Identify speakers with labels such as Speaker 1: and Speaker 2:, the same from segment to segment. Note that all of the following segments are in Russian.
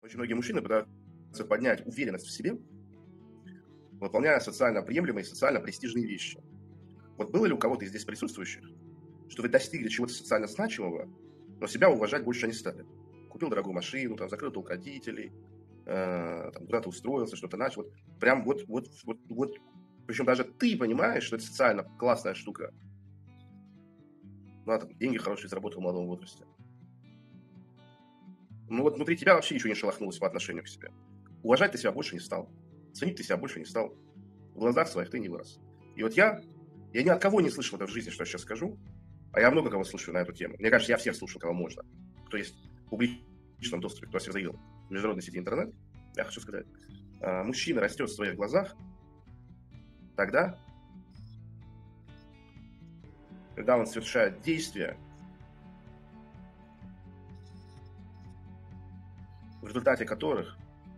Speaker 1: Очень многие мужчины пытаются поднять уверенность в себе, выполняя социально приемлемые, социально престижные вещи. Вот было ли у кого-то из здесь присутствующих, что вы достигли чего-то социально значимого, но себя уважать больше не стали? Купил дорогую машину, там, закрыл долг родителей, там, куда-то устроился, что-то начал. Вот, прям вот. Причем даже ты понимаешь, что это социально классная штука. Ну, там, деньги хорошие заработал в молодом возрасте. Ну вот внутри тебя вообще ничего не шелохнулось по отношению к себе. Уважать ты себя больше не стал. Ценить ты себя больше не стал. В глазах своих ты не вырос. И вот я ни от кого не слышал это в жизни, что я сейчас скажу, а я много кого слушаю на эту тему. Мне кажется, я всех слушал, кого можно. Кто есть в публичном доступе, кто всех заявил в международной сети интернет. Я хочу сказать, мужчина растет в своих глазах тогда, когда он совершает действия, в результате которых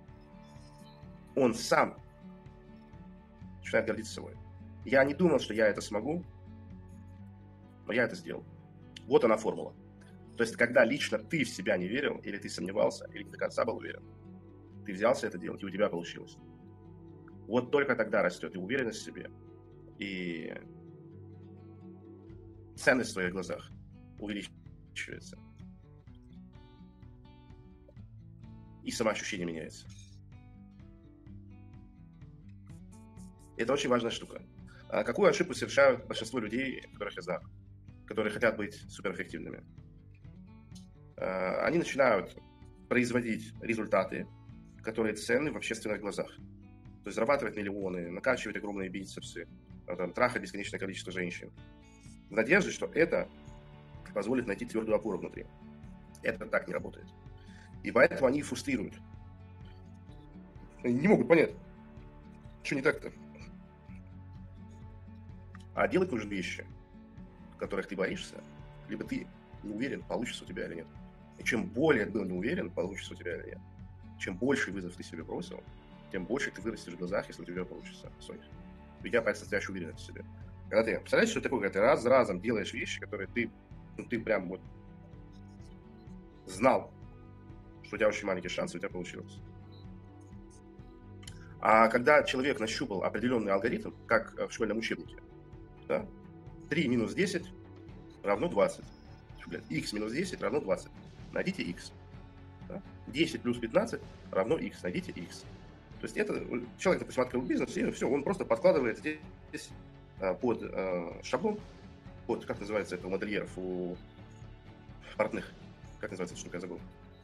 Speaker 1: он сам начинает гордиться собой. Я не думал, что я это смогу, но я это сделал. Вот она формула. То есть, когда лично ты в себя не верил, или ты сомневался, или не до конца был уверен, ты взялся это делать, и у тебя получилось. Вот только тогда растет и уверенность в себе, и ценность в своих глазах увеличивается. И самоощущение меняется. Это очень важная штука. Какую ошибку совершают большинство людей, которых я знаю, которые хотят быть суперэффективными? Они начинают производить результаты, которые ценны в общественных глазах. То есть зарабатывать миллионы, накачивать огромные бицепсы, там, трахать бесконечное количество женщин. В надежде, что это позволит найти твердую опору внутри. Это так не работает. И поэтому они фрустрируют. Они не могут понять, что не так-то. А делать нужны вещи, которых ты боишься, либо ты не уверен, получится у тебя или нет. И чем более ты был не уверен, получится у тебя или нет, чем больше вызов ты себе бросил, тем больше ты вырастешь в глазах, если у тебя получится. У тебя появится настоящая уверенность в себе. Когда ты, представляешь, что такое, когда ты раз за разом делаешь вещи, которые ты прям вот знал, что у тебя очень маленький шанс, у тебя получилось. А когда человек нащупал определенный алгоритм, как в школьном учебнике, да, 3 минус 10 равно 20. X минус 10 равно 20. Найдите x. Да? 10 плюс 15 равно x. Найдите x. То есть это человек, допустим, открыл бизнес, и все, он просто подкладывает здесь под шаблон, под, как называется это у модельеров, у портных. Как называется эта штука, я забыл.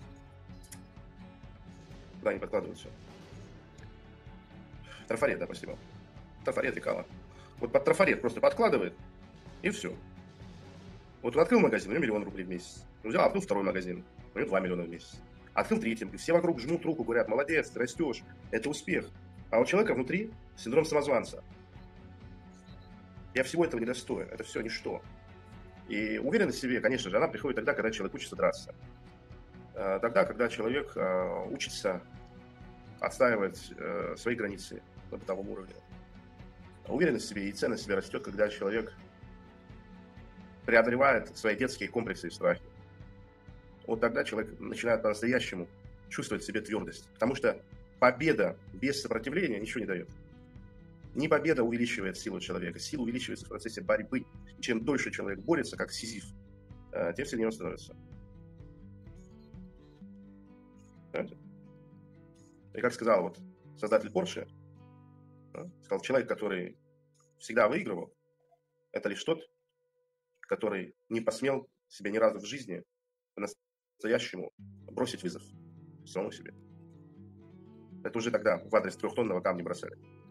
Speaker 1: Да, они подкладывают все. Трафарет, да, спасибо. Трафарет, лекала. Вот под трафарет просто подкладывает, и все. Вот он открыл магазин, у него 1 000 000 рублей в месяц. Он взял, открыл второй магазин, у него 2 миллиона в месяц. Открыл третий, и все вокруг жмут руку, говорят, молодец, ты растешь, это успех. А у человека внутри синдром самозванца. Я всего этого не достоин, это все ничто. И уверенность в себе, конечно же, она приходит тогда, когда человек учится драться. Тогда, когда человек учится отстаивать свои границы на бытовом уровне. Уверенность в себе и ценность в себе растет, когда человек преодолевает свои детские комплексы и страхи. Вот тогда человек начинает по-настоящему чувствовать в себе твердость. Потому что победа без сопротивления ничего не дает. Не победа увеличивает силу человека, сила увеличивается в процессе борьбы. И чем дольше человек борется, как Сизиф, тем сильнее он становится. Понимаете? И как сказал вот создатель Porsche, сказал, человек, который всегда выигрывал, это лишь тот, который не посмел себе ни разу в жизни по-настоящему бросить вызов самому себе. Это уже тогда в адрес 3-тонного камня бросали.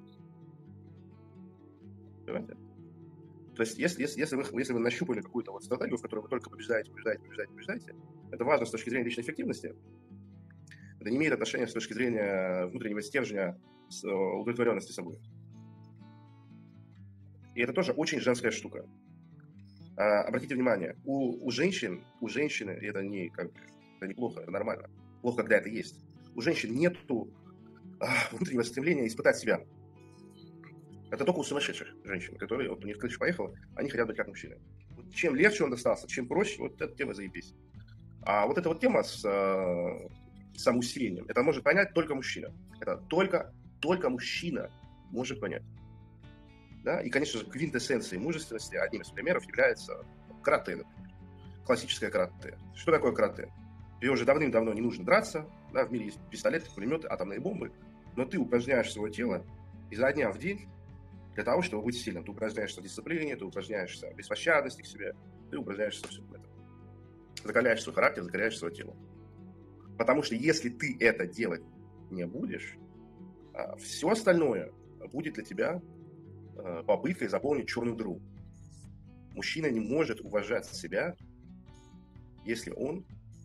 Speaker 1: Понимаете? То есть, если вы нащупали какую-то вот стратегию, в которой вы только побеждаете, это важно с точки зрения личной эффективности. Это не имеет отношения с точки зрения внутреннего стержня, удовлетворенности собой. И это тоже очень женская штука. Обратите внимание, у женщины, и это не как бы, это неплохо, это нормально. Плохо, когда это есть. У женщин нету внутреннего стремления испытать себя. Это только у сумасшедших женщин, которые, вот у них крыша поехала, они хотят быть как мужчины. Вот чем легче он достался, чем проще, вот эта тема заебись. А вот эта вот тема с самоусилением. Это может понять только мужчина. Это только мужчина может понять. Да? И, конечно же, квинтэссенцией мужественности одним из примеров является карате, например. Классическое карате. Что такое карате? Тебе уже давным-давно не нужно драться. Да? В мире есть пистолеты, пулеметы, атомные бомбы. Но ты упражняешь свое тело изо дня в день для того, чтобы быть сильным. Ты упражняешься в дисциплине, ты упражняешься в беспощадности к себе, ты упражняешься в всем этом. Закаляешь свой характер, закаляешь свое тело. Потому что если ты это делать не будешь, все остальное будет для тебя попыткой заполнить черную дыру. Мужчина не может уважать себя, если он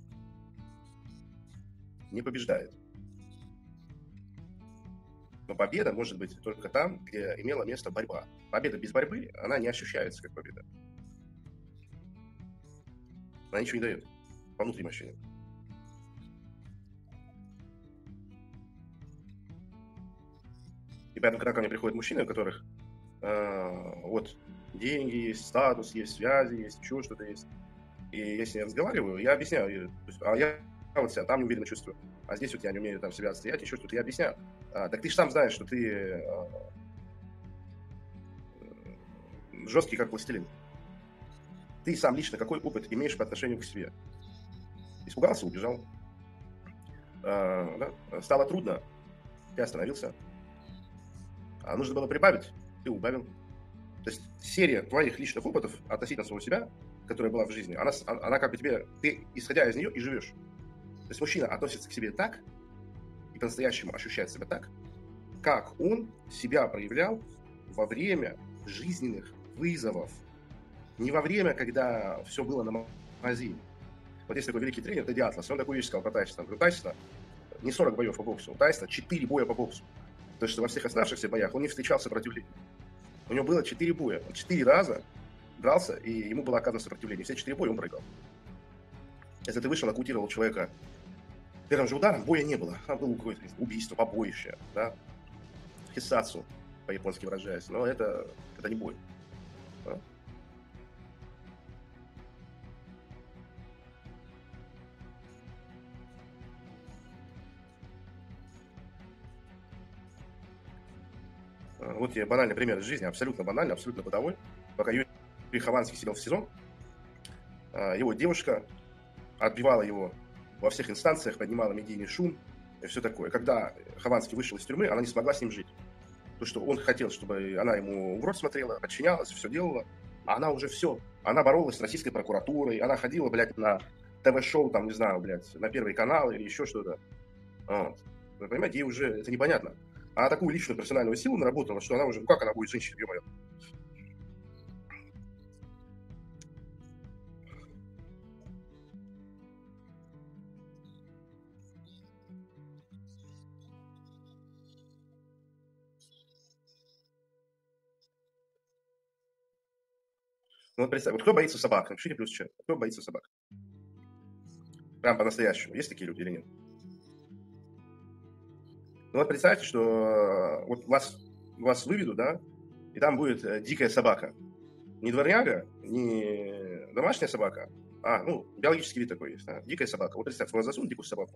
Speaker 1: не побеждает. Но победа может быть только там, где имела место борьба. Победа без борьбы, она не ощущается как победа. Она ничего не дает по внутренним ощущениям. И поэтому, когда ко мне приходят мужчины, у которых вот деньги есть, статус есть, связи есть, еще что-то есть, и я с ней разговариваю, я объясняю, я вот себя там неуверенно чувствую, а здесь вот я не умею там себя отстоять, еще что-то, я объясняю. Так ты же сам знаешь, что ты жесткий, как пластилин. Ты сам лично какой опыт имеешь по отношению к себе? Испугался, убежал. Да? Стало трудно, ты остановился. А нужно было прибавить, ты убавил. То есть серия твоих личных опытов относительно самого себя, которая была в жизни, она как бы тебе, ты исходя из нее и живешь. То есть мужчина относится к себе так и по-настоящему ощущает себя так, как он себя проявлял во время жизненных вызовов. Не во время, когда все было на мази. Вот есть такой великий тренер Тедди Атлас, он такую вещь сказал про Тайсона. У Тайсона не 40 боев по боксу, у Тайсона 4 боя по боксу. То есть во всех оставшихся боях он не встречал сопротивления. У него было 4 боя. Он 4 раза дрался, и ему было оказано сопротивление. Все 4 боя он проиграл. Если ты вышел, нокаутировал человека первым же ударом, боя не было. Там было какое-то убийство, побоище, да? Хиссацу, по-японски выражаясь. Но это не бой. Да? Вот тебе банальный пример из жизни, абсолютно банальный, абсолютно бытовой. Пока Юрий Хованский сидел в СИЗО, его девушка отбивала его во всех инстанциях, поднимала медийный шум и все такое. Когда Хованский вышел из тюрьмы, она не смогла с ним жить. То, что он хотел, чтобы она ему в рот смотрела, подчинялась, все делала, а она уже все. Она боролась с российской прокуратурой, она ходила, блядь, на ТВ-шоу, там, не знаю, блядь, на Первый канал или еще что-то. Вот. Вы понимаете, ей уже это непонятно. Она такую личную персональную силу наработала, что она уже, ну как она будет женщиной, ё-моё. Ну вот представь, вот кто боится собак? Напишите плюс чат. Кто боится собак? Прям по-настоящему. Есть такие люди или нет? Ну вот представьте, что вот вас выведут, да, и там будет дикая собака. Не дворняга, не домашняя собака, ну, биологический вид такой есть, да, дикая собака. Вот представьте, вас засунут дикую собаку,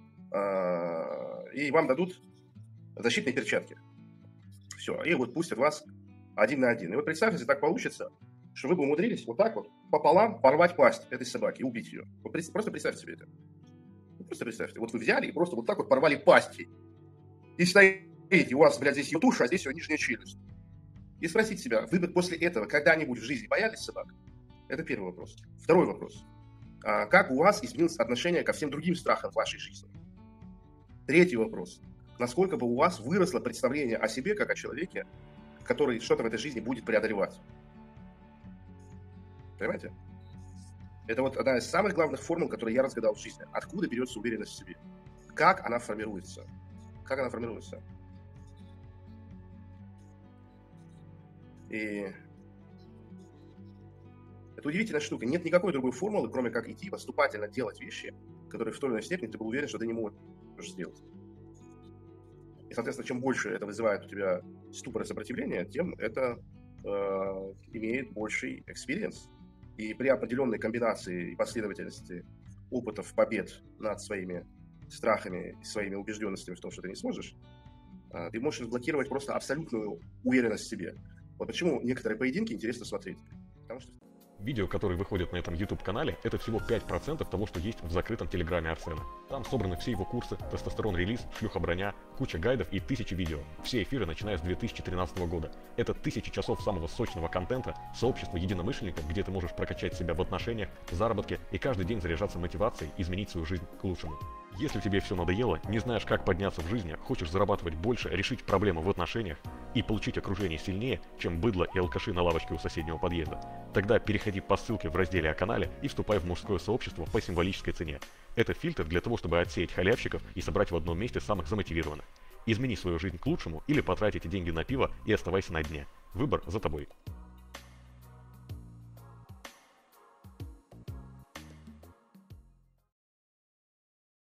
Speaker 1: и вам дадут защитные перчатки. Все, и вот пустят вас 1 на 1. И вот представьте, если так получится, что вы бы умудрились вот так вот пополам порвать пасть этой собаки и убить ее. Вот просто представьте себе это. Просто представьте. Вот вы взяли и просто вот так вот порвали пасть ей. И стоите, у вас, блядь, здесь ее туша, а здесь ее нижняя челюсть. И спросите себя, вы бы после этого когда-нибудь в жизни боялись собак? Это первый вопрос. Второй вопрос. Как у вас изменилось отношение ко всем другим страхам в вашей жизни? Третий вопрос. Насколько бы у вас выросло представление о себе, как о человеке, который что-то в этой жизни будет преодолевать? Понимаете? Это вот одна из самых главных формул, которые я разгадал в жизни. Откуда берется уверенность в себе? Как она формируется? Как она формируется? И это удивительная штука. Нет никакой другой формулы, кроме как идти поступательно делать вещи, которые в той или иной степени ты был уверен, что ты не можешь сделать. И, соответственно, чем больше это вызывает у тебя ступор и сопротивление, тем это имеет больший экспириенс. И при определенной комбинации и последовательности опытов побед над своими страхами, своими убежденностями в том, что ты не сможешь, ты можешь разблокировать просто абсолютную уверенность в себе. Вот почему некоторые поединки интересно смотреть. Потому что...
Speaker 2: Видео, которые выходят на этом YouTube-канале, это всего 5% того, что есть в закрытом телеграме Арсена. Там собраны все его курсы, тестостерон-релиз, шлюха-броня, куча гайдов и тысячи видео. Все эфиры, начиная с 2013 года. Это тысячи часов самого сочного контента, сообщество единомышленников, где ты можешь прокачать себя в отношениях, заработке и каждый день заряжаться мотивацией изменить свою жизнь к лучшему. Если тебе все надоело, не знаешь, как подняться в жизни, хочешь зарабатывать больше, решить проблемы в отношениях и получить окружение сильнее, чем быдло и алкаши на лавочке у соседнего подъезда, тогда переходи по ссылке в разделе о канале и вступай в мужское сообщество по символической цене. Это фильтр для того, чтобы отсеять халявщиков и собрать в одном месте самых замотивированных. Измени свою жизнь к лучшему или потрать эти деньги на пиво и оставайся на дне. Выбор за тобой.